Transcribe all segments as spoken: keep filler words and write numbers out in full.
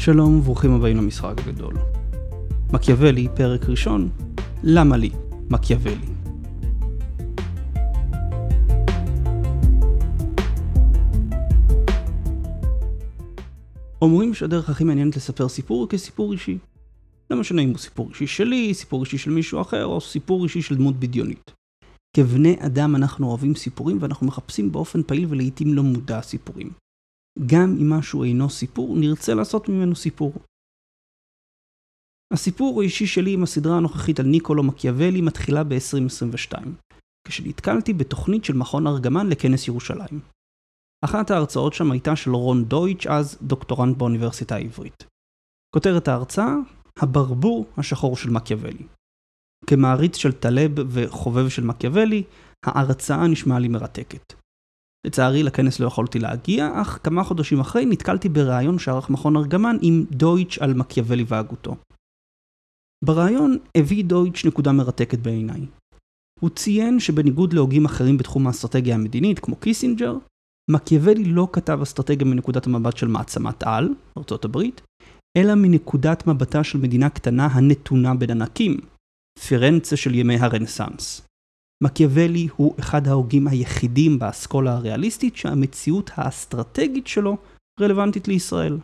שלום וברוכים הבאים למשחק הגדול. מקיאוולי, פרק ראשון. למה לי מקיאוולי? אומרים שהדרך הכי מעניינת לספר סיפור היא כסיפור אישי. לא משנה אם הוא סיפור אישי שלי, סיפור אישי של מישהו אחר, או סיפור אישי של דמות בדיונית. כבני אדם אנחנו אוהבים סיפורים ואנחנו מחפשים באופן פעיל ולעיתים לא מודע סיפורים. גם אם משהו אינו סיפור, נרצה לעשות ממנו סיפור. הסיפור האישי שלי עם הסדרה הנוכחית על ניקולו מקיאוולי מתחילה ב-עשרים עשרים ושתיים, כשנתקלתי בתוכנית של מכון ארגמן לכנס ירושלים. אחת ההרצאות שם הייתה של רון דויטש, אז דוקטורנט באוניברסיטה העברית. כותרת ההרצאה, הברבור השחור של מקיאוולי. כמעריץ של טלב וחובב של מקיאוולי, ההרצאה נשמעה לי מרתקת. לצערי לכנס לא יכולתי להגיע, אך כמה חודשים אחרי נתקלתי ברעיון שערך מכון ארגמן עם דויטש על מקיאוולי והגותו. ברעיון הביא דויטש נקודה מרתקת בעיניי. הוא ציין שבניגוד להוגים אחרים בתחום האסטרטגיה המדינית, כמו קיסינג'ר, מקיאוולי לא כתב אסטרטגיה מנקודת המבט של מעצמת על, ארצות הברית, אלא מנקודת מבטה של מדינה קטנה הנתונה בין ענקים, פירנצה של ימי הרנסנס. מקיאוולי הוא אחד ההוגים היחידים באסכולה הריאליסטית שהמציאות האסטרטגית שלו רלוונטית לישראל.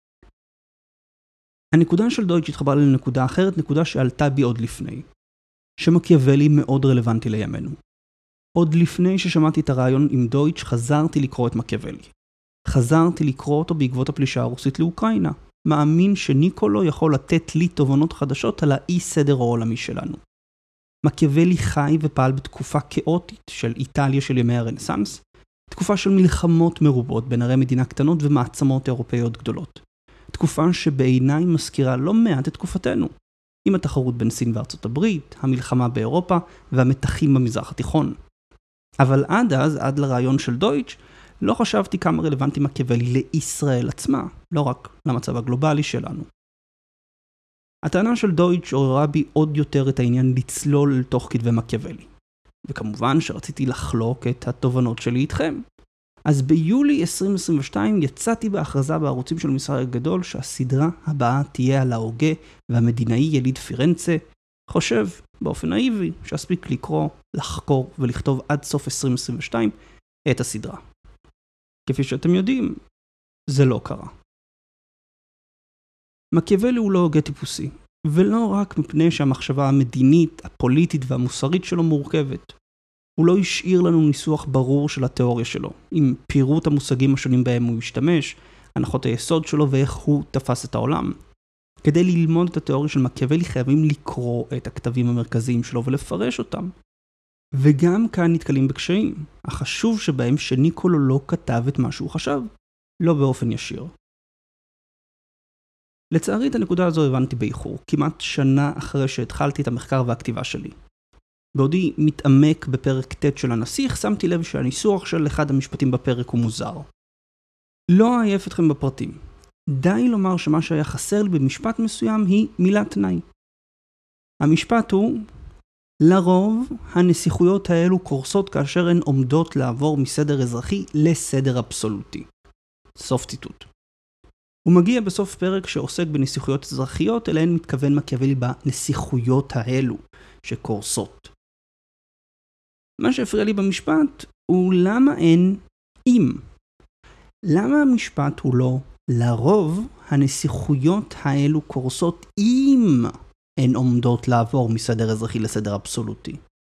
הנקודה של דויטש התחברה לנקודה אחרת, נקודה שעלתה בי עוד לפני, שמקיאוולי מאוד רלוונטי לימינו. עוד לפני ששמעתי את הרעיון עם דויטש חזרתי לקרוא את מקיאוולי. חזרתי לקרוא אותו בעקבות הפלישה הרוסית לאוקראינה. מאמין שניקולו יכול לתת לי תובנות חדשות על האי סדר העולמי שלנו. מקיאוולי חי ופעל בתקופה כאוטית של איטליה של ימי הרנסנס, תקופה של מלחמות מרובות בין ערי מדינה קטנות ומעצמות אירופאיות גדולות. תקופה שבעיניי מזכירה לא מעט את תקופתנו, עם התחרות בין סין וארצות הברית, המלחמה באירופה והמתחים במזרח התיכון. אבל עד אז, עד לרעיון של דויטש, לא חשבתי כמה רלוונטי מקיאוולי לישראל עצמה, לא רק למצב הגלובלי שלנו. הטענה של דויטש עוררה בי עוד יותר את העניין לצלול לתוך כתבי מקיאוולי. וכמובן שרציתי לחלוק את התובנות שלי איתכם. אז ביולי עשרים עשרים ושתיים יצאתי בהכרזה בערוצים של משחק הגדול שהסדרה הבאה תהיה על ההוגה והמדינאי יליד פירנצה, חושב באופן נאיבי שאספיק לקרוא, לחקור ולכתוב עד סוף עשרים עשרים ושתיים את הסדרה. כפי שאתם יודעים, זה לא קרה. מקיאוולי הוא לא הוגה טיפוסי, ולא רק מפני שהמחשבה המדינית, הפוליטית והמוסרית שלו מורכבת. הוא לא השאיר לנו ניסוח ברור של התיאוריה שלו, עם פירוט המושגים השונים בהם הוא השתמש, הנחות היסוד שלו ואיך הוא תפס את העולם. כדי ללמוד את התיאוריה של מקיאוולי חייבים לקרוא את הכתבים המרכזיים שלו ולפרש אותם. וגם כאן נתקלים בקשיים, החשוב שבהם שניקולו לא כתב את מה שהוא חשב, לא באופן ישיר. לצערי את הנקודה הזו הבנתי באיחור, כמעט שנה אחרי שהתחלתי את המחקר והכתיבה שלי. בעודי מתעמק בפרק ט' של הנסיך, שמתי לב שהניסוח של אחד המשפטים בפרק הוא מוזר. לא אעייף אתכם בפרטים. די לומר שמה שהיה חסר לי במשפט מסוים היא מילת תנאי. המשפט הוא, לרוב הנסיכויות האלו קורסות כאשר הן עומדות לעבור מסדר אזרחי לסדר אבסולוטי. סוף ציטוט. הוא מגיע בסוף פרק שעוסק בנסיכויות אזרחיות, אליהן מתכוון מקיאוולי בנסיכויות האלו שקורסות. מה שהפריע לי במשפט הוא למה אין אם. למה המשפט הוא לא לרוב הנסיכויות האלו קורסות אם הן עומדות לעבור מסדר אזרחי לסדר אבסולוטי.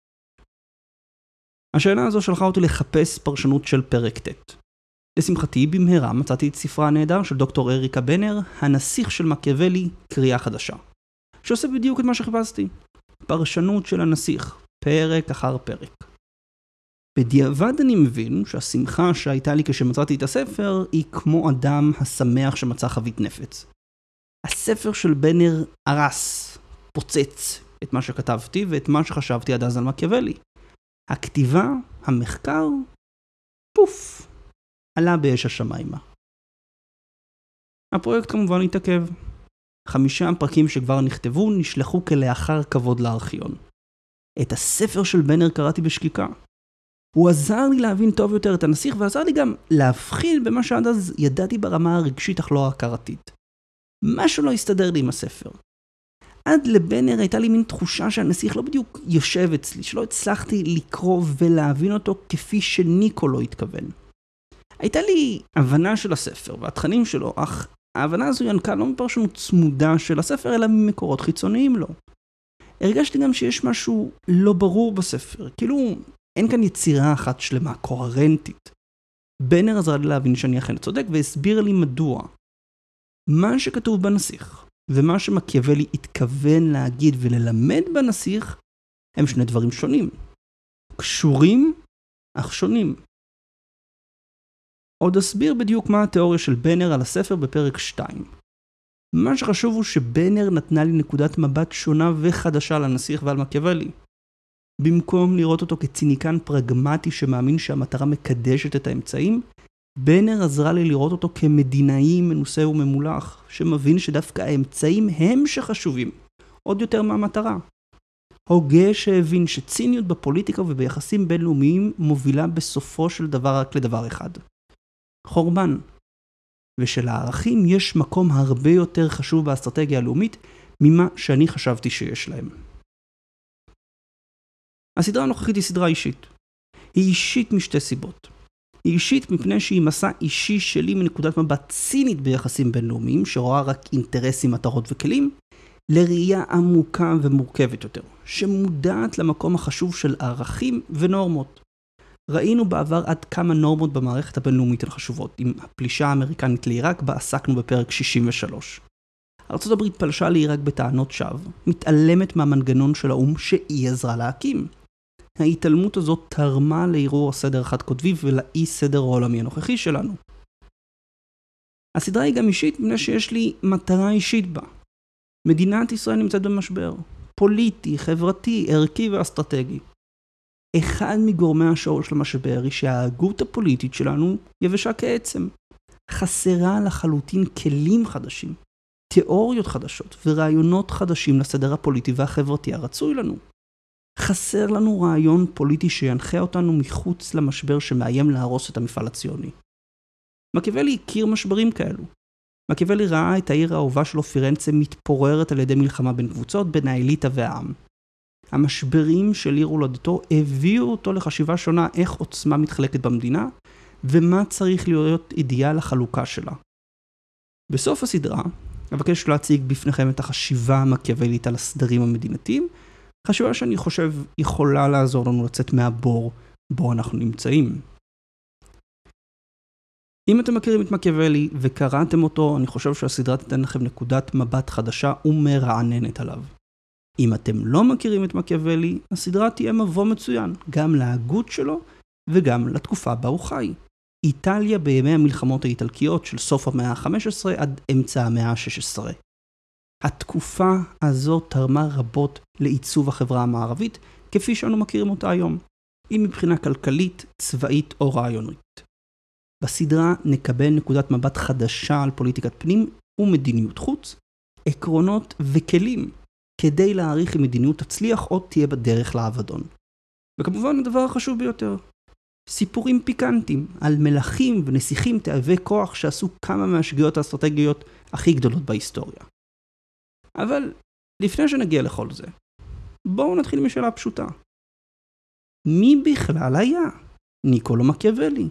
השאלה הזו שלחה אותי לחפש פרשנות של פרק ט'. לשמחתי במהרה מצאתי את ספרה הנהדר של דוקטור אריקה בנר, הנסיך של מקיאוולי, קריאה חדשה, שעושה בדיוק את מה שחיפשתי. פרשנות של הנסיך, פרק אחר פרק. בדיעבד אני מבין שהשמחה שהייתה לי כשמצאתי את הספר היא כמו אדם השמח שמצא חבית נפץ. הספר של בנר הרס, פוצץ את מה שכתבתי ואת מה שחשבתי עד אז על מקיאוולי. הכתיבה, המחקר, פוף, עלה באש השמיימה. הפרויקט כמובן התעכב. חמישה פרקים שכבר נכתבו נשלחו כלאחר כבוד לארכיון. את הספר של בנר קראתי בשקיקה. הוא עזר לי להבין טוב יותר את הנסיך, ועזר לי גם להבחין במה שעד אז ידעתי ברמה הרגשית אך לא ההכרתית. משהו לא הסתדר לי עם הספר. עד לבנר הייתה לי מין תחושה שהנסיך לא בדיוק יושב אצלי, שלא הצלחתי לקרוא ולהבין אותו כפי שניקו לא התכוון. הייתה לי הבנה של הספר והתכנים שלו, אך ההבנה הזו ינקה לא מפרשנות צמודה של הספר, אלא ממקורות חיצוניים לו. הרגשתי גם שיש משהו לא ברור בספר, כאילו אין כאן יצירה אחת שלמה, קוהרנטית. בנר עזר לי להבין שאני אכן צודק והסביר לי מדוע. מה שכתוב בנסיך ומה שמקיאוולי התכוון להגיד וללמד בנסיך הם שני דברים שונים. קשורים אך שונים. עוד אסביר בדיוק מה התיאוריה של בנר על הספר בפרק שתיים. מה שחשוב הוא שבנר נתנה לי נקודת מבט שונה וחדשה לנסיך ועל מקיאוולי. במקום לראות אותו כציניקן פרגמטי שמאמין שהמטרה מקדשת את האמצעים, בנר עזרה לי לראות אותו כמדינאי מנוסה וממולח, שמבין שדווקא האמצעים הם שחשובים, עוד יותר מהמטרה. הוגה שהבין שציניות בפוליטיקה וביחסים בינלאומיים מובילה בסופו של דבר רק לדבר אחד. חורבן. ושלערכים יש מקום הרבה יותר חשוב באסטרטגיה הלאומית ממה שאני חשבתי שיש להם. הסדרה הנוכחית היא סדרה אישית. היא אישית משתי סיבות. היא אישית מפני שהיא מסע אישי שלי מנקודת מבט צינית ביחסים בינלאומיים, שרואה רק אינטרסים, מטרות וכלים, לראייה עמוקה ומורכבת יותר, שמודעת למקום החשוב של ערכים ונורמות. ראינו בעבר עד כמה נורמות במערכת הבינלאומית הן חשובות, עם הפלישה האמריקנית לעיראק בה עסקנו בפרק שישים ושלוש. ארצות הברית פלשה לעיראק בטענות שווא, מתעלמת מהמנגנון של האום שהיא עזרה להקים. ההתעלמות הזאת תרמה לערעור הסדר החד קוטבי ולאי סדר העולמי הנוכחי שלנו. הסדרה היא גם אישית מפני שיש לי מטרה אישית בה. מדינת ישראל נמצאת במשבר, פוליטי, חברתי, ערכי ואסטרטגי. אחד מגורמי השורש של המשבר היא שההגות הפוליטית שלנו יבשה כעצם. חסרה לחלוטין כלים חדשים, תיאוריות חדשות ורעיונות חדשים לסדר הפוליטי והחברתי הרצוי לנו. חסר לנו רעיון פוליטי שינחה אותנו מחוץ למשבר שמאיים להרוס את המפעל הציוני. מקיאוולי הכיר משברים כאלו. מקיאוולי ראה את העיר האהובה שלו פירנצה מתפוררת על ידי מלחמה בין קבוצות, בין האליטה והעם. המשברים של עיר הולדתו הביאו אותו לחשיבה שונה איך עוצמה מתחלקת במדינה, ומה צריך להיות אידיאל החלוקה שלה. בסוף הסדרה, אבקש להציג בפניכם את החשיבה המקיאוולית על הסדרים המדינתיים, חשיבה שאני חושב יכולה לעזור לנו לצאת מהבור בו אנחנו נמצאים. אם אתם מכירים את מקיאוולי וקראתם אותו, אני חושב שהסדרה תיתן לכם נקודת מבט חדשה ומרעננת עליו. אם אתם לא מכירים את מקיאוולי, הסדרה תהיה מבוא מצוין, גם להגות שלו וגם לתקופה בה הוא חי. איטליה בימי המלחמות האיטלקיות של סוף המאה ה-חמש עשרה עד אמצע המאה ה-שש עשרה. התקופה הזו תרמה רבות לעיצוב החברה המערבית, כפי שאנו מכירים אותה היום, אם מבחינה כלכלית, צבאית או רעיונית. בסדרה נקבל נקודת מבט חדשה על פוליטיקת פנים ומדיניות חוץ, עקרונות וכלים, כדי להעריך אם מדיניות תצליח או תהיה בדרך לאבדון. וכמובן הדבר החשוב ביותר, סיפורים פיקנטיים על מלכים ונסיכים תאבי כוח שעשו כמה מהשגיאות האסטרטגיות הכי גדולות בהיסטוריה. אבל לפני שנגיע לכל זה, בואו נתחיל משאלה פשוטה. מי בכלל היה ניקולו מקיאוולי?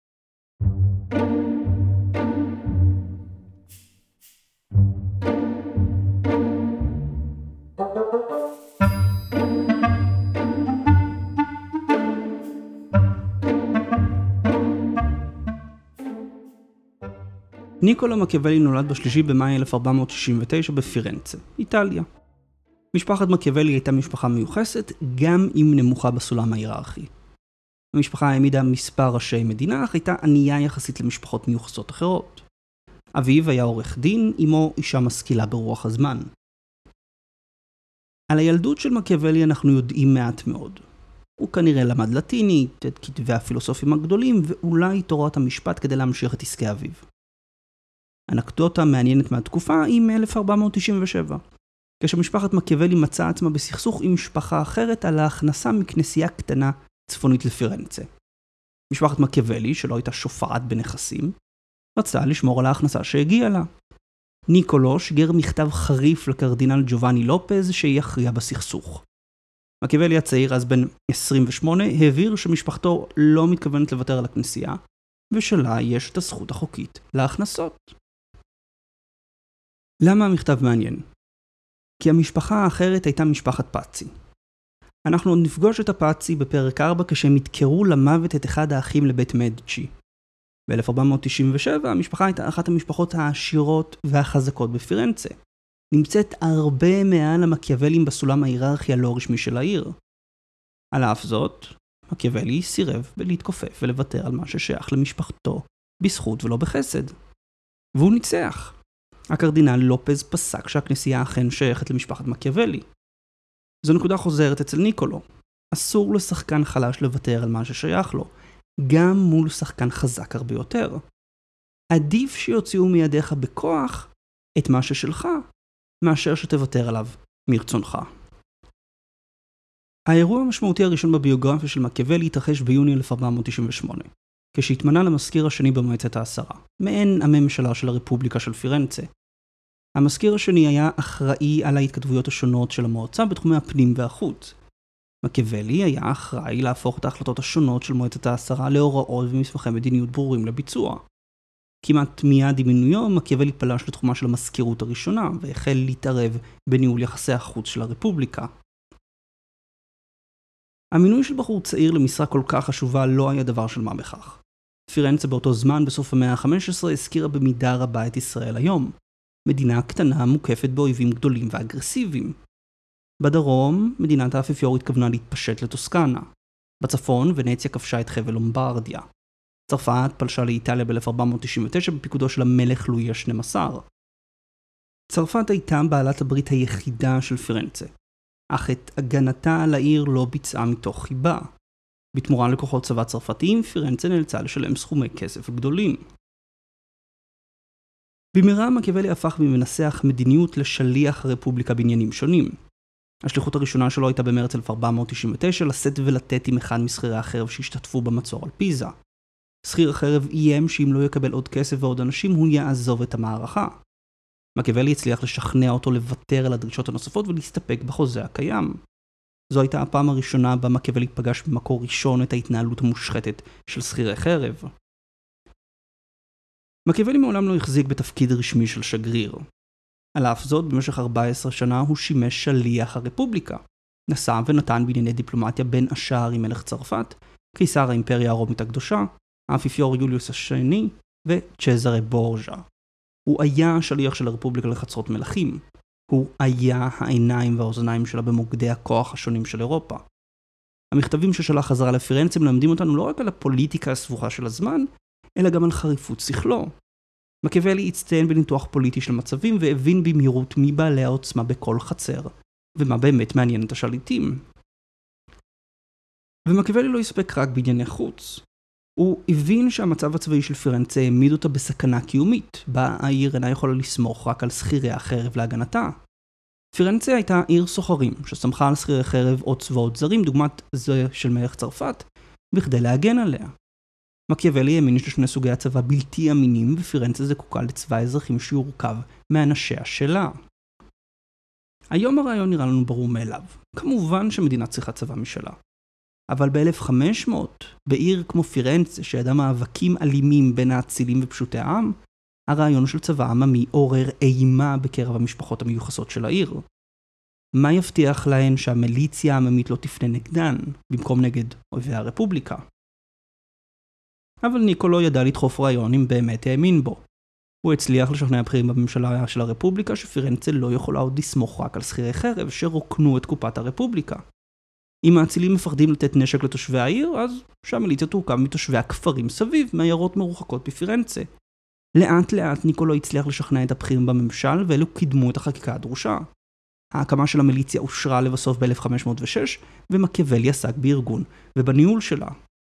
ניקולו מקיאוולי נולד בשלישי במאי אלף ארבע מאות שישים ותשע בפירנצה, איטליה. משפחת מקיאוולי הייתה משפחה מיוחסת, גם אם נמוכה בסולם ההיררכי. המשפחה העמידה מספר ראשי מדינה, אך הייתה ענייה יחסית למשפחות מיוחסות אחרות. אביו היה עורך דין, אמו אישה משכילה ברוח הזמן. על הילדות של מקיאוולי אנחנו יודעים מעט מאוד. הוא כנראה למד לטינית, את כתבי הפילוסופים הגדולים, ואולי תורת המשפט כדי להמשיך את עסקי אביו. אנקדוטה מעניינת מהתקופה היא מ-אלף ארבע מאות תשעים ושבע, כשמשפחת מקיאוולי מצאה עצמה בסכסוך עם משפחה אחרת על ההכנסה מכנסייה קטנה צפונית לפירנצה. משפחת מקיאוולי, שלא הייתה שופעת בנכסים, רצתה לשמור על ההכנסה שהגיעה לה. ניקולו שיגר מכתב חריף לקרדינל ג'ובאני לופז שיכריע בסכסוך. מקיאוולי הצעיר, אז בן עשרים ושמונה, העביר שמשפחתו לא מתכוונת לוותר על הכנסייה, ושלה יש את הזכות החוקית להכנסות. למה המכתב מעניין? כי המשפחה האחרת הייתה משפחת פאצי. אנחנו עוד נפגוש את הפאצי בפרק ארבע כשהם ידקרו למוות את אחד האחים לבית מדיצ'י. ב-אלף ארבע מאות תשעים ושבע המשפחה הייתה אחת המשפחות העשירות והחזקות בפירנצה. נמצאת הרבה מעל המקיאוולים בסולם ההיררכי הלא רשמי של העיר. על אף זאת, מקיאוולי סירב בלהתכופף ולוותר על מה ששייך למשפחתו, בזכות ולא בחסד. והוא ניצח. הקרדינל לופז פסק שהכנסייה אכן שייכת למשפחת מקיאוולי. זו נקודה חוזרת אצל ניקולו. אסור לשחקן חלש לוותר על מה ששייך לו, גם מול שחקן חזק הרבה יותר. עדיף שיוציאו מידיך בכוח את מה ששלך, מאשר שתוותר עליו מרצונך. האירוע המשמעותי הראשון בביוגרפיה של מקיאוולי התרחש ביוני אלף ארבע מאות תשעים ושמונה, כשהתמנה למזכיר השני במועצת העשרה, מעין הממשלה של הרפובליקה של פירנצה. המזכיר השני היה אחראי על ההתכתבויות השונות של המועצה בתחומי הפנים והחוץ. מקיאוולי היה אחראי להפוך את ההחלטות השונות של מועצת העשרה להוראות ומסמכי מדיניות ברורים לביצוע. כמעט מיד עם מינויו, מקיאוולי פלש לתחומה של המזכירות הראשונה, והחל להתערב בניהול יחסי החוץ של הרפובליקה. המינוי של בחור צעיר למשרה כל כך חשובה לא היה דבר של מה בכך. פירנצה באותו זמן, בסוף המאה ה-חמש עשרה, הזכירה במידה רבה את ישראל היום. מדינה קטנה מוקפת באויבים גדולים ואגרסיביים. בדרום, מדינת האפיפיור התכוונה להתפשט לטוסקנה. בצפון, ונציה כבשה את חבל לומברדיה. צרפת פלשה לאיטליה ב-אלף ארבע מאות תשעים ותשע בפיקודו של המלך לואי ה-שנים עשר. צרפת הייתה בעלת הברית היחידה של פירנצה, אך את הגנתה על העיר לא ביצעה מתוך חיבה. בתמורה לכוחות צבא צרפתיים, פירנצה נאלצה לשלם סכומי כסף גדולים. במהרה מקיאוולי הפך ממנסח מדיניות לשליח הרפובליקה בעניינים שונים. השליחות הראשונה שלו הייתה במרץ אלף ארבע מאות תשעים ותשע לשאת ולתת עם אחד משכירי החרב שהשתתפו במצור על פיזה. שכיר החרב איים שאם לא יקבל עוד כסף ועוד אנשים הוא יעזוב את המערכה. מקיאוולי הצליח לשכנע אותו לוותר על הדרישות הנוספות ולהסתפק בחוזה הקיים. זו הייתה הפעם הראשונה בה מקיאוולי פגש במקור ראשון את ההתנהלות המושחתת של שכירי חרב. מקיאוולי מעולם לא החזיק בתפקיד רשמי של שגריר. על אף זאת, במשך ארבע עשרה שנה הוא שימש שליח הרפובליקה. נשא ונתן בענייני דיפלומטיה בין השאר עם מלך צרפת, קיסר האימפריה הרומית הקדושה, האפיפיור יוליוס השני וצ'זרה בורג'ה. הוא היה שליח של הרפובליקה לחצרות מלכים. הוא היה העיניים והאוזניים שלה במוקדי הכוח השונים של אירופה. המכתבים ששלח חזרה לפירנצה מלמדים אותנו לא רק על הפוליטיקה הסבוכה של הזמן, אלא גם על חריפות שכלו. מקיאוולי הצטיין בניתוח פוליטי של מצבים והבין במהירות מי בעלי העוצמה בכל חצר, ומה באמת מעניין את השליטים. ומקיאוולי לא הספק רק בענייני חוץ. הוא הבין שהמצב הצבאי של פירנצה העמיד אותה בסכנה קיומית, בה העיר אינה יכולה לסמוך רק על שכירי החרב להגנתה. פירנצה הייתה עיר סוחרים, שסמכה על שכירי חרב או צבאות זרים, דוגמת זה של מלך צרפת, בכדי להגן עליה. מקיאוולי האמין ששני סוגי הצבא בלתי אמינים, ופירנצה זקוקה לצבא אזרחים שיורכב מאנשיה שלה. היום הרעיון נראה לנו ברור מאליו. כמובן שמדינה צריכה צבא משלה. אבל ב-אלף וחמש מאות, בעיר כמו פירנצה, שידעה מאבקים אלימים בין האצילים ופשוטי העם, הרעיון של צבא עממי עורר אימה בקרב המשפחות המיוחסות של העיר. מה יבטיח להן שהמיליציה העממית לא תפנה נגדן, במקום נגד אויבי הרפובליקה? אבל ניקולו ידע לדחוף רעיון אם באמת האמין בו. הוא הצליח לשכנע הבכירים בממשלה של הרפובליקה שפירנצה לא יכולה עוד לסמוך רק על שכירי חרב שרוקנו את קופת הרפובליקה. אם האצילים מפחדים לתת נשק לתושבי העיר, אז שהמיליציה תורכב מתושבי הכפרים סביב, מעיירות מרוחקות בפירנצה. לאט לאט ניקולו הצליח לשכנע את הבכירים בממשל, ואלו קידמו את החקיקה הדרושה. ההקמה של המיליציה אושרה לבסוף ב-אלף וחמש מאות ושש, ומקיאוולי עסק בארגון ובניהול שלה.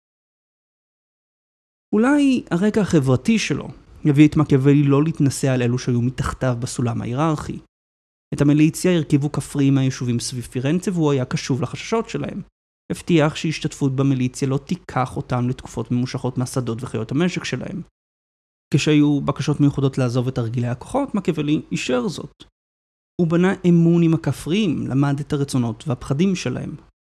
אולי הרקע החברתי שלו יביא את מקיאוולי לא להתנסה על אלו שהיו מתחתיו בסולם ההיררכי. את המיליציה הרכיבו כפריים מהיישובים סביב פירנצה, והוא היה קשוב לחששות שלהם. הבטיח שהשתתפות במיליציה לא תיקח אותם לתקופות ממושכות מהשדות וחיות המשק שלהם. כשהיו בקשות מיוחדות לעזוב את תרגילי הכוחות, מקיאוולי אישר זאת. הוא בנה אמון עם הכפריים, למד את הרצונות והפחדים שלהם.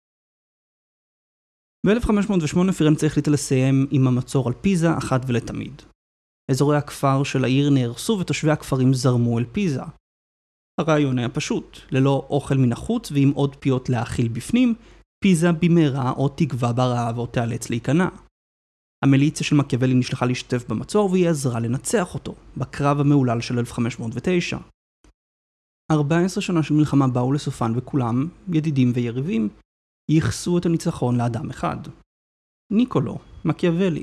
ב-אלף חמש מאות ושמונה פירנצה החליטה לסיים עם המצור על פיזה אחת ולתמיד. אזורי הכפר של העיר נהרסו ותושבי הכפרים זרמו אל פיזה. הרעיון היה פשוט, ללא אוכל מן החוץ ועם עוד פיות להאכיל בפנים, פיזה במהרה או תגווה ברעב או תיאלץ להיכנע. המיליציה של מקיאוולי נשלחה להשתתף במצור והיא עזרה לנצח אותו, בקרב המעולל של אלף חמש מאות ותשע. ארבע עשרה שנה של מלחמה באו לסופן וכולם, ידידים ויריבים, ייחסו את הניצחון לאדם אחד. ניקולו מקיאוולי.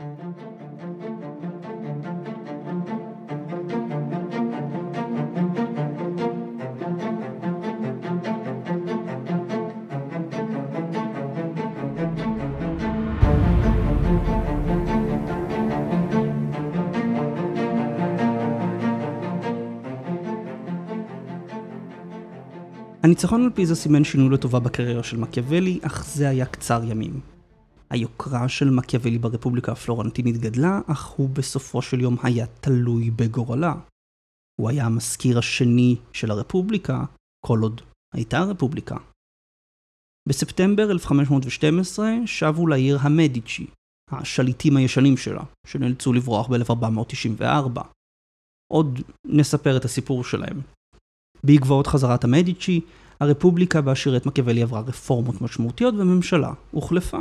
הניצחון על פיזה סימן שינוי לטובה בקריירה של מקיאוולי, אך זה היה קצר ימים. היוקרה של מקיאוולי ברפובליקה הפלורנטינית גדלה, אך הוא בסופו של יום היה תלוי בגורלה. הוא היה המזכיר השני של הרפובליקה, כל עוד הייתה הרפובליקה. בספטמבר אלף חמש מאות ושתים עשרה שבו לעיר המדיצ'י, השליטים הישנים שלה, שנאלצו לברוח ב-אלף ארבע מאות תשעים וארבע. עוד נספר את הסיפור שלהם. בעקבות חזרת המדיצ'י, הרפובליקה בה שירת מקיאוולי עברה רפורמות משמעותיות וממשלה הוחלפה.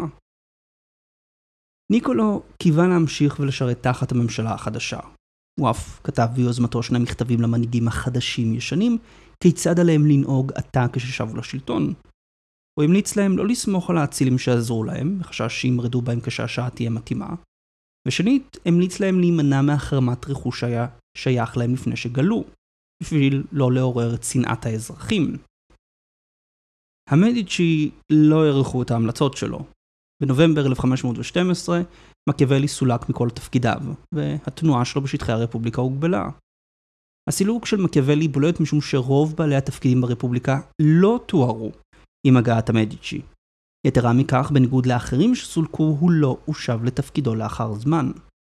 ניקולו קיווה להמשיך ולשרת תחת הממשלה החדשה. הוא אף כתב ביוזמתו שני מכתבים למנהיגים החדשים ישנים, כיצד עליהם לנהוג עתה כששבו לשלטון. הוא המליץ להם לא לסמוך על האצילים שעזרו להם, בחשש שימרדו בהם כשהשעה תהיה מתאימה, ושנית, המליץ להם להימנע מהחרמת רכוש שהיה שייך להם לפני שגלו, בשביל לא לעורר את שנאת האזרחים. המדיצ'י לא העריכו את ההמלצות שלו. בנובמבר אלף חמש מאות ושתים עשרה, מקיאוולי סולק מכל תפקידיו, והתנועה שלו בשטחי הרפובליקה הוגבלה. הסילוק של מקיאוולי בולט משום שרוב בעלי התפקידים ברפובליקה לא תוארו עם הגעת המדיצ'י. יתרה מכך, בניגוד לאחרים שסולקו, הוא לא הושב לתפקידו לאחר זמן.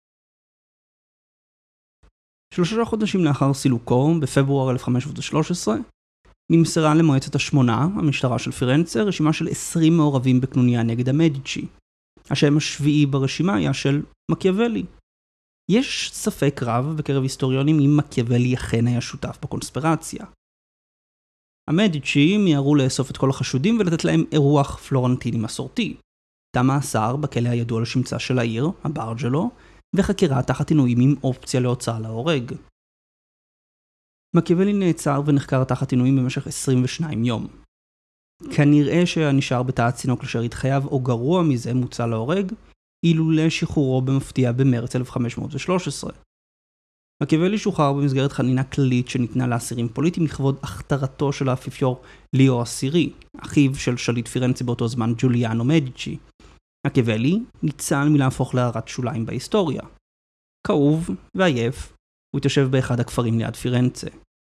שלושה חודשים לאחר סילוקו, בפברואר אלף חמש מאות ושלוש עשרה, נמסרה למועצת השמונה, המשטרה של פירנצה, רשימה של עשרים מעורבים בקנוניה נגד המדיצ'י. השם השביעי ברשימה היה של מקיאוולי. יש ספק רב בקרב היסטוריונים אם מקיאוולי אכן היה שותף בקונספירציה. המדיצ'י מיהרו לאסוף את כל החשודים ולתת להם אירוח פלורנטיני מסורתי. תם מאסר בכלא הידוע לשמצה של העיר, הברג'לו, וחקירה תחת עינויים עם אופציה להוצאה להורג. מקיאוולי נעצר ונחקר תחת עינויים במשך עשרים ושניים יום. כנראה שנשאר בתא צינוק לשארית חייו, או גרוע מזה מוצא להורג, אילולא שחרורו במפתיע במרץ אלף חמש מאות ושלוש עשרה. מקיאוולי שוחרר במסגרת חנינה כללית שניתנה לאסירים פוליטיים לכבוד הכתרתו של האפיפיור ליאו העשירי, אחיו של שליט פירנצה באותו זמן ג'וליאנו מדיצ'י. מקיאוולי ניצל מלהפוך להערת שוליים בהיסטוריה. כאוב ועייף, הוא התיישב באחד הכפרים ליד פירנצה.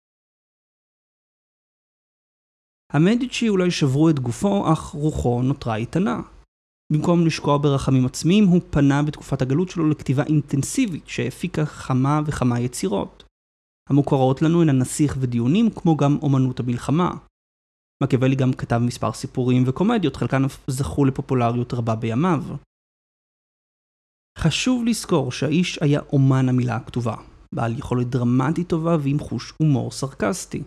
המדיצ'י אולי שברו את גופו, אך רוחו נותרה איתנה. במקום לשקוע ברחמים עצמיים, הוא פנה בתקופת הגלות שלו לכתיבה אינטנסיבית שהפיקה כמה וכמה יצירות. המוכרות לנו הן הנסיך ודיונים, כמו גם אומנות המלחמה. מקיאוולי גם כתב מספר סיפורים וקומדיות, חלקן זכו לפופולריות רבה בימיו. חשוב לזכור שהאיש היה אומן המילה הכתובה, בעל יכולת דרמטית טובה ועם חוש הומור סרקסטי.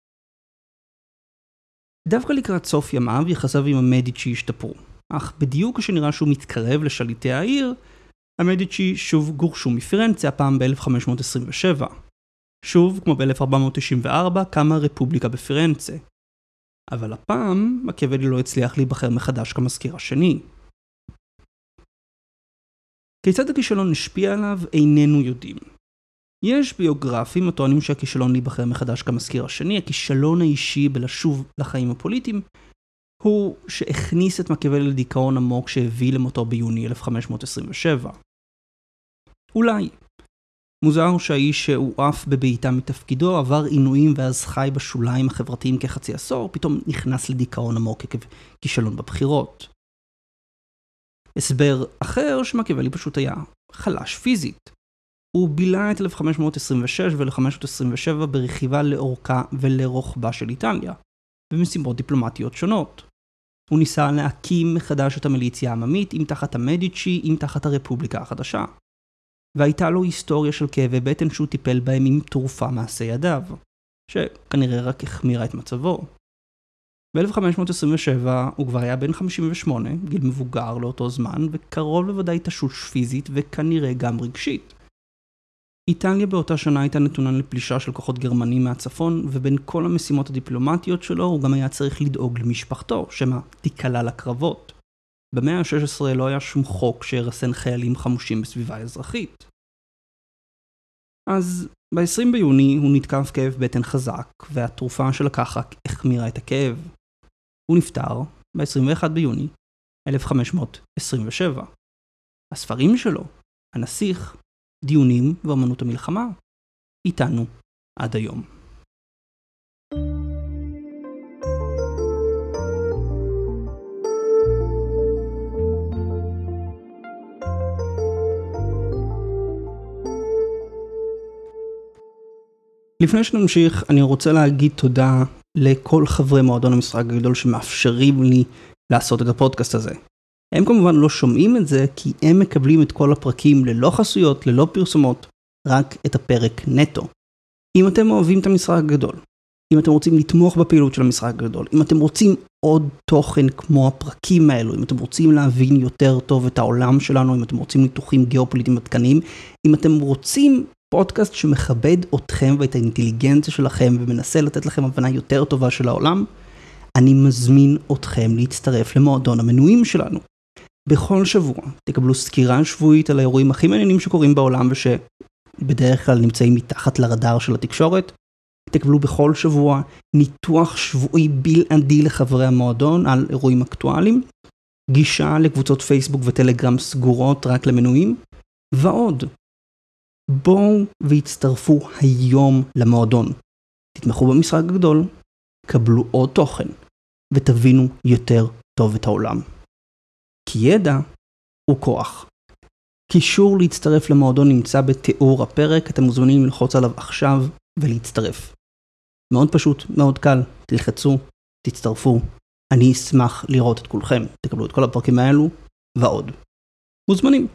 דווקא לקראת סוף ימיו יחסיו עם המדיצ'י השתפרו, אך בדיוק כשנראה שהוא מתקרב לשליטי העיר, המדיצ'י שוב גורשו מפירנצה, הפעם ב-אלף חמש מאות עשרים ושבע. שוב, כמו ב-אלף ארבע מאות תשעים וארבע, קמה רפובליקה בפירנצה. אבל הפעם מקיאוולי לא הצליח להיבחר מחדש כמזכיר השני. כיצד הכישלון השפיע עליו איננו יודעים. יש ביוגרפים הטוענים שהכישלון להיבחר מחדש כמזכיר השני, הכישלון האישי בלשוב לחיים הפוליטיים, הוא שהכניס את מקיאוולי לדיכאון עמוק שהביא למותו ביוני אלף חמש מאות עשרים ושבע. אולי. מוזר שהאיש שהועף בביתה מתפקידו, עבר עינויים ואז חי בשוליים החברתיים כחצי עשור, פתאום נכנס לדיכאון עמוק עקב כישלון בבחירות. הסבר אחר שמקיאוולי פשוט היה חלש פיזית. הוא בילה את אלף חמש מאות עשרים ושש ו-אלף חמש מאות עשרים ושבע ברכיבה לאורכה ולרוחבה של איטליה, במשימות דיפלומטיות שונות. הוא ניסה להקים מחדש את המיליציה העממית, אם תחת המדיצ'י, אם תחת הרפובליקה החדשה. והייתה לו היסטוריה של כאבי בטן שהוא טיפל בהם עם תרופה מעשה ידיו, שכנראה רק החמירה את מצבו. ב-אלף חמש מאות עשרים ושבע הוא כבר היה בן חמישים ושמונה, גיל מבוגר לאותו זמן, וקרוב לוודאי תשוש פיזית וכנראה גם רגשית. איטליה באותה שנה הייתה נתונה לפלישה של כוחות גרמנים מהצפון, ובין כל המשימות הדיפלומטיות שלו הוא גם היה צריך לדאוג למשפחתו, שמה תיקלה לקרבות. במאה ה-שש עשרה לא היה שום חוק שירסן חיילים חמושים בסביבה אזרחית. אז ב-עשרים ביוני הוא נתקף כאב בטן חזק, והתרופה שלקח רק החמירה את הכאב. הוא נפטר ב-עשרים ואחד ביוני אלף חמש מאות עשרים ושבע. הספרים שלו, הנסיך, דיונים ואמנות המלחמה, איתנו עד היום. לפני שנמשיך, אני רוצה להגיד תודה לכל חברי מועדון המשחק הגדול שמאפשרים לי לעשות את הפודקאסט הזה. הם כמובן לא שומעים את זה, כי הם מקבלים את כל הפרקים ללא חסויות, ללא פרסומות, רק את הפרק נטו. אם אתם אוהבים את המשחק הגדול, אם אתם רוצים לתמוך בפעילות של המשחק הגדול, אם אתם רוצים עוד תוכן כמו הפרקים האלו, אם אתם רוצים להבין יותר טוב את העולם שלנו, אם אתם רוצים ניתוחים גיאופוליטיים עדכניים, אם אתם רוצים פודקאסט שמכבד אתכם ואת האינטליגנציה שלכם ומנסה לתת לכם הבנה יותר טובה של העולם, אני מזמין אתכם להצטרף למועדון המנויים שלנו. בכל שבוע תקבלו סקירה שבועית על האירועים הכי מעניינים שקורים בעולם ושבדרך כלל נמצאים מתחת לרדאר של התקשורת. תקבלו בכל שבוע ניתוח שבועי בלעדי לחברי המועדון על אירועים אקטואליים, גישה לקבוצות פייסבוק וטלגרם סגורות רק למנויים, ועוד. בואו והצטרפו היום למועדון. תתמכו במשחק הגדול, קבלו עוד תוכן, ותבינו יותר טוב את העולם. כי ידע הוא כוח. קישור להצטרף למועדון נמצא בתיאור הפרק, אתם מוזמנים ללחוץ עליו עכשיו ולהצטרף. מאוד פשוט, מאוד קל, תלחצו, תצטרפו. אני אשמח לראות את כולכם, תקבלו את כל הפרקים האלו ועוד. מוזמנים.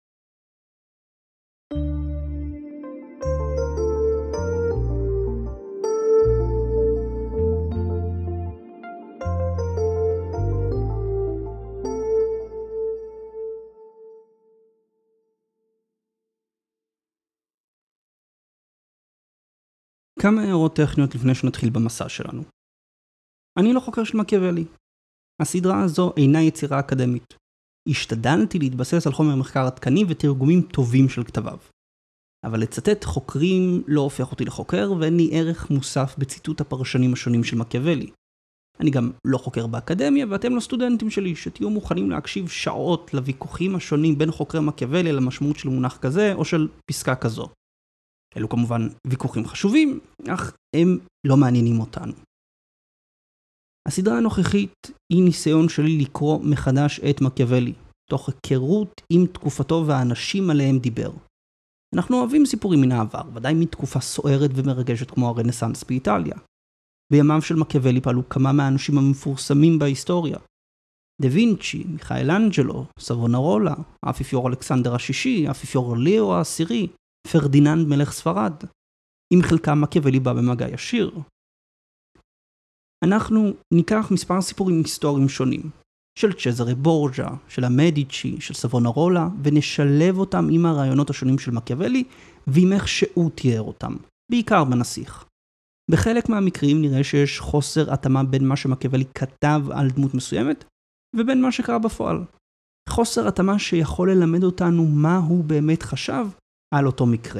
כמה הערות טכניות לפני שנתחיל במסע שלנו. אני לא חוקר של מקיאוולי. הסדרה הזו אינה יצירה אקדמית. השתדלתי להתבסס על חומר מחקר עדכני ותרגומים טובים של כתביו. אבל לצטט חוקרים לא הופך אותי לחוקר, ואין לי ערך מוסף בציטוט הפרשנים השונים של מקיאוולי. אני גם לא חוקר באקדמיה, ואתם לא סטודנטים שלי, שתהיו מוכנים להקשיב שעות לוויכוחים השונים בין חוקרי מקיאוולי למשמעות של מונח כזה או של פסקה כזו. אלו כמובן ויכוחים חשובים, אך הם לא מעניינים אותנו. הסדרה הנוכחית היא ניסיון שלי לקרוא מחדש את מקיאוולי, תוך היכרות עם תקופתו והאנשים עליהם דיבר. אנחנו אוהבים סיפורים מן העבר, ודאי מתקופה סוערת ומרגשת כמו הרנסנס באיטליה. בימיו של מקיאוולי פעלו כמה מהאנשים המפורסמים בהיסטוריה. דה וינצ'י, מיכאל אנג'לו, סבונרולה, האפיפיור אלכסנדר השישי, האפיפיור ליאו העשירי, פרדיננד מלך ספרד. עם חלקם מקיאוולי בא במגע ישיר. אנחנו ניקח מספר סיפורים היסטוריים שונים, של צ'זרה בורג'ה, של המדיצ'י, של סבונרולה, ונשלב אותם עם הרעיונות השונים של מקיאוולי, ועם איך שהוא תיאר אותם, בעיקר בנסיך. בחלק מהמקרים נראה שיש חוסר התאמה בין מה שמקיאוולי כתב על דמות מסוימת, ובין מה שקרה בפועל. חוסר התאמה שיכול ללמד אותנו מה הוא באמת חשב על אותו מקרה.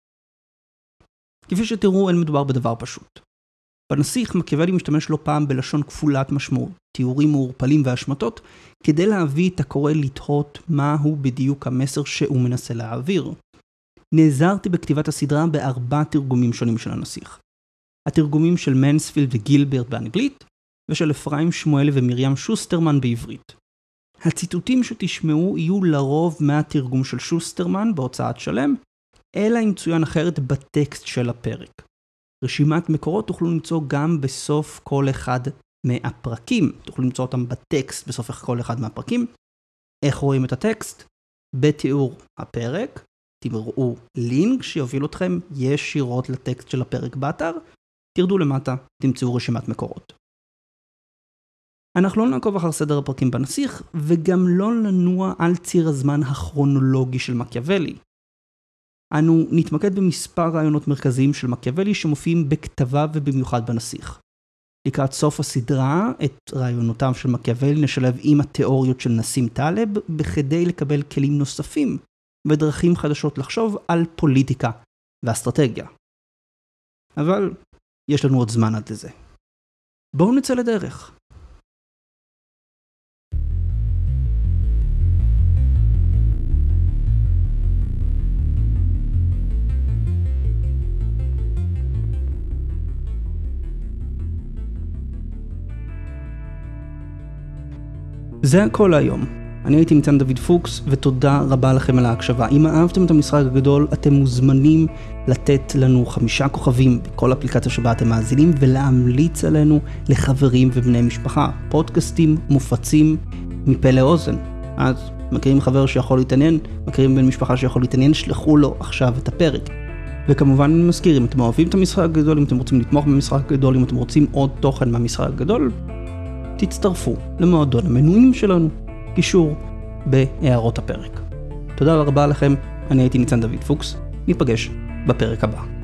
כפי שתראו, אין מדובר בדבר פשוט. בנסיך מקיאוולי משתמש לא פעם בלשון כפולת משמעות, תיאורים מעורפלים והשמטות, כדי להביא את הקורא לתהות מהו בדיוק המסר שהוא מנסה להעביר. נעזרתי בכתיבת הסדרה בארבע תרגומים שונים של הנסיך. התרגומים של מנספילד וגילברט באנגלית, ושל אפרים שמואלי ומרים שוסטרמן בעברית. הציטוטים שתשמעו יהיו לרוב מהתרגום של שוסטרמן בהוצאת שלם, אלא אם צוין אחרת בטקסט של הפרק. רשימת מקורות תוכלו למצוא גם בסוף כל אחד מהפרקים. תוכלו למצוא אותם בטקסט בסוף כל אחד מהפרקים. איך רואים את הטקסט? בתיאור הפרק. תראו לינק שיוביל אתכם ישירות לטקסט של הפרק באתר. תרדו למטה, תמצאו רשימת מקורות. אנחנו לא נעקוב אחר סדר הפרקים בנסיך, וגם לא לנוע על ציר הזמן הכרונולוגי של מקיאוולי. אנו נתמקד במספר רעיונות מרכזיים של מקיאוולי שמופיעים בכתביו ובמיוחד בנסיך. לקראת סוף הסדרה, את רעיונותיו של מקיאוולי נשלב עם התיאוריות של נסים טלב, בכדי לקבל כלים נוספים ודרכים חדשות לחשוב על פוליטיקה ואסטרטגיה. אבל יש לנו עוד זמן עד לזה. בואו נצא לדרך. זה הכל היום. אני הייתי ניצן דוד פוקס, ותודה רבה לכם על ההקשבה. אם אהבתם את המשחק הגדול, אתם מוזמנים לתת לנו חמישה כוכבים בכל אפליקציה שבה אתם מאזינים, ולהמליץ עלינו לחברים ובני משפחה. פודקאסטים מופצים מפה לאוזן. אז מכירים חבר שיכול להתעניין, מכירים בן משפחה שיכול להתעניין, שלחו לו עכשיו את הפרק. וכמובן אני מזכיר, אם אתם אוהבים את המשחק הגדול, אם אתם רוצים לתמוך במשחק הגדול, אם אתם רוצים עוד תוכן מהמשחק הגדול, תצטרפו למועדון המנויים שלנו, קישור בהערות הפרק. תודה רבה לכם, אני הייתי ניצן דוד פוקס, ניפגש בפרק הבא.